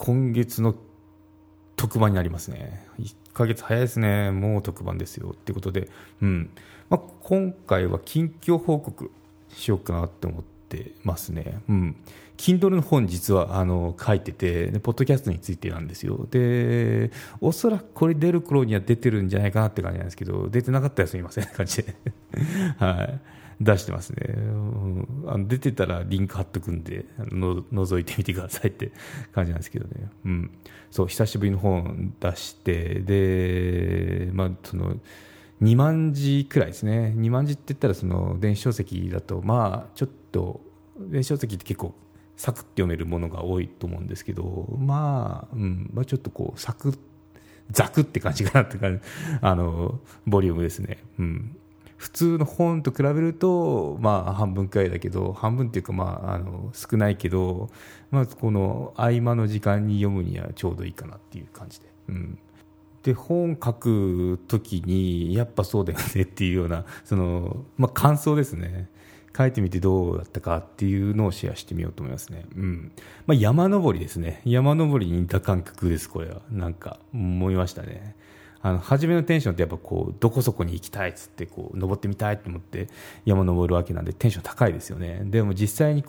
今月の特番になりますね。1ヶ月早いですね。もう特番ですよってことで、今回は近況報告しようかなって思ってますね。Kindle の本実は書いてて、でポッドキャストについてなんですよ。でおそらくこれ出る頃には出てるんじゃないかなって感じなんですけど、出てなかったらすみませんって感じではい、出してますね。出てたらリンク貼っとくんで覗いてみてくださいって感じなんですけどね。そう久しぶりの本出して、でその2万字くらいですね。2万字って言ったらその電子書籍だとちょっと電子書籍って結構サクッと読めるものが多いと思うんですけど、ちょっとこうザクって感じかなって感じボリュームですね。普通の本と比べると半分くらいだけど、半分っていうか少ないけど、この合間の時間に読むにはちょうどいいかなっていう感じで。で本書くときにやっぱそうだよねっていうような感想ですね。書いてみてどうだったかっていうのをシェアしてみようと思いますね。山登りですね。山登りに似た感覚です。これはなんか思いましたね。初めのテンションってやっぱどこそこに行きたいっつって登ってみたいと思って山登るわけなんでテンション高いですよね。でも実際に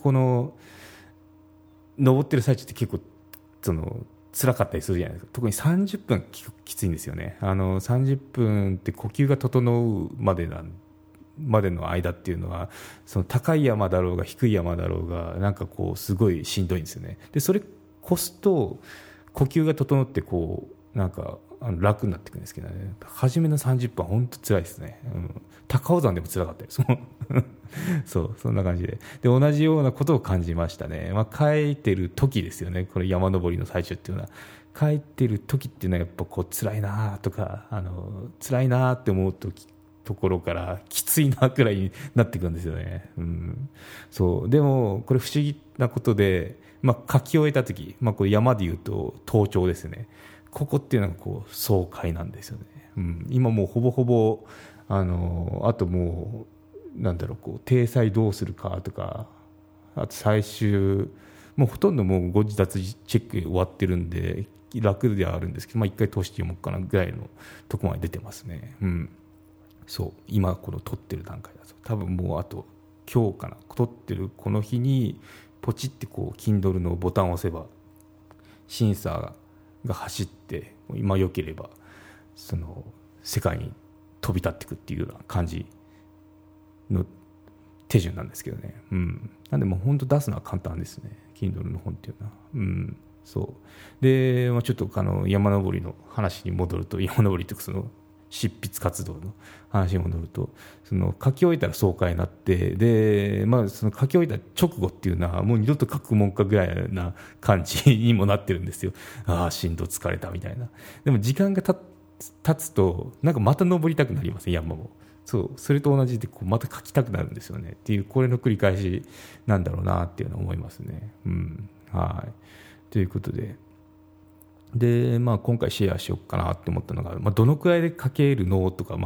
登ってる最中って結構辛かったりするじゃないですか。特に30分きついんですよね。30分って呼吸が整うまでの間っていうのは、その高い山だろうが低い山だろうがすごいしんどいんですよね。でそれ越すと呼吸が整って楽になっていくんですけどね。初めの30分は本当辛いですね。高尾山でも辛かったですそうそんな感じで同じようなことを感じましたね。書いてる時ですよね。これ山登りの最中っていうのは、書いてる時っていうのはやっぱ辛いなとか辛いなって思うところからきついなくらいになっていくんですよね。そうでもこれ不思議なことで、書き終えた時、これ山でいうと登頂ですね。ここっていうのが爽快なんですよね。今もうほぼほぼあともう体裁どうするかとか、あと最終もうほとんどもうご自立チェック終わってるんで楽ではあるんですけど、一回通して読もうかなぐらいのとこまで出てますね。そう今撮ってる段階だと多分もうあと今日かな、撮ってるこの日にポチって Kindle のボタンを押せば審査が走って今良ければその世界に飛び立っていくっていうような感じの手順なんですけどね。なんでもう本当出すのは簡単ですね。 Kindle の本っていうのは。そうで、ちょっと山登りの話に戻ると、山登りってその執筆活動の話に戻ると、書き終えたら爽快になって、で、その書き終えた直後っていうのはもう二度と書くもんかぐらいな感じにもなってるんですよ。しんど疲れたみたいな。でも時間が経つとまた登りたくなりますね、山も。それと同じでまた書きたくなるんですよねっていう、これの繰り返しなんだろうなっていうのを思いますね。ということで今回シェアしようかなって思ったのが、どのくらいで書けるのとか、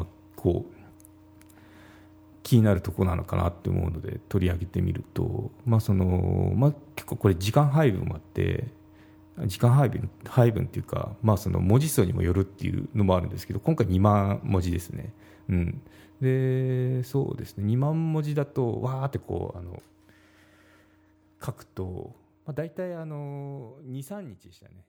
気になるところなのかなって思うので取り上げてみると、結構これ時間配分もあって、時間配分っていうか、その文字数にもよるっていうのもあるんですけど、今回2万文字ですね。でそうですね、2万文字だとわーって書くと大体2、3日でしたね。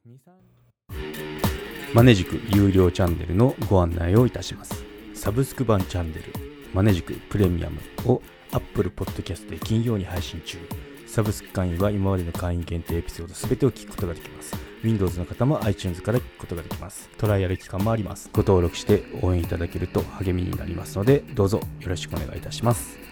マネジク有料チャンネルのご案内をいたします。サブスク版チャンネルマネジクプレミアムを Apple Podcast で金曜に配信中。サブスク会員は今までの会員限定エピソード全てを聞くことができます。 Windows の方も iTunes から聞くことができます。トライアル期間もあります。ご登録して応援いただけると励みになりますので、どうぞよろしくお願いいたします。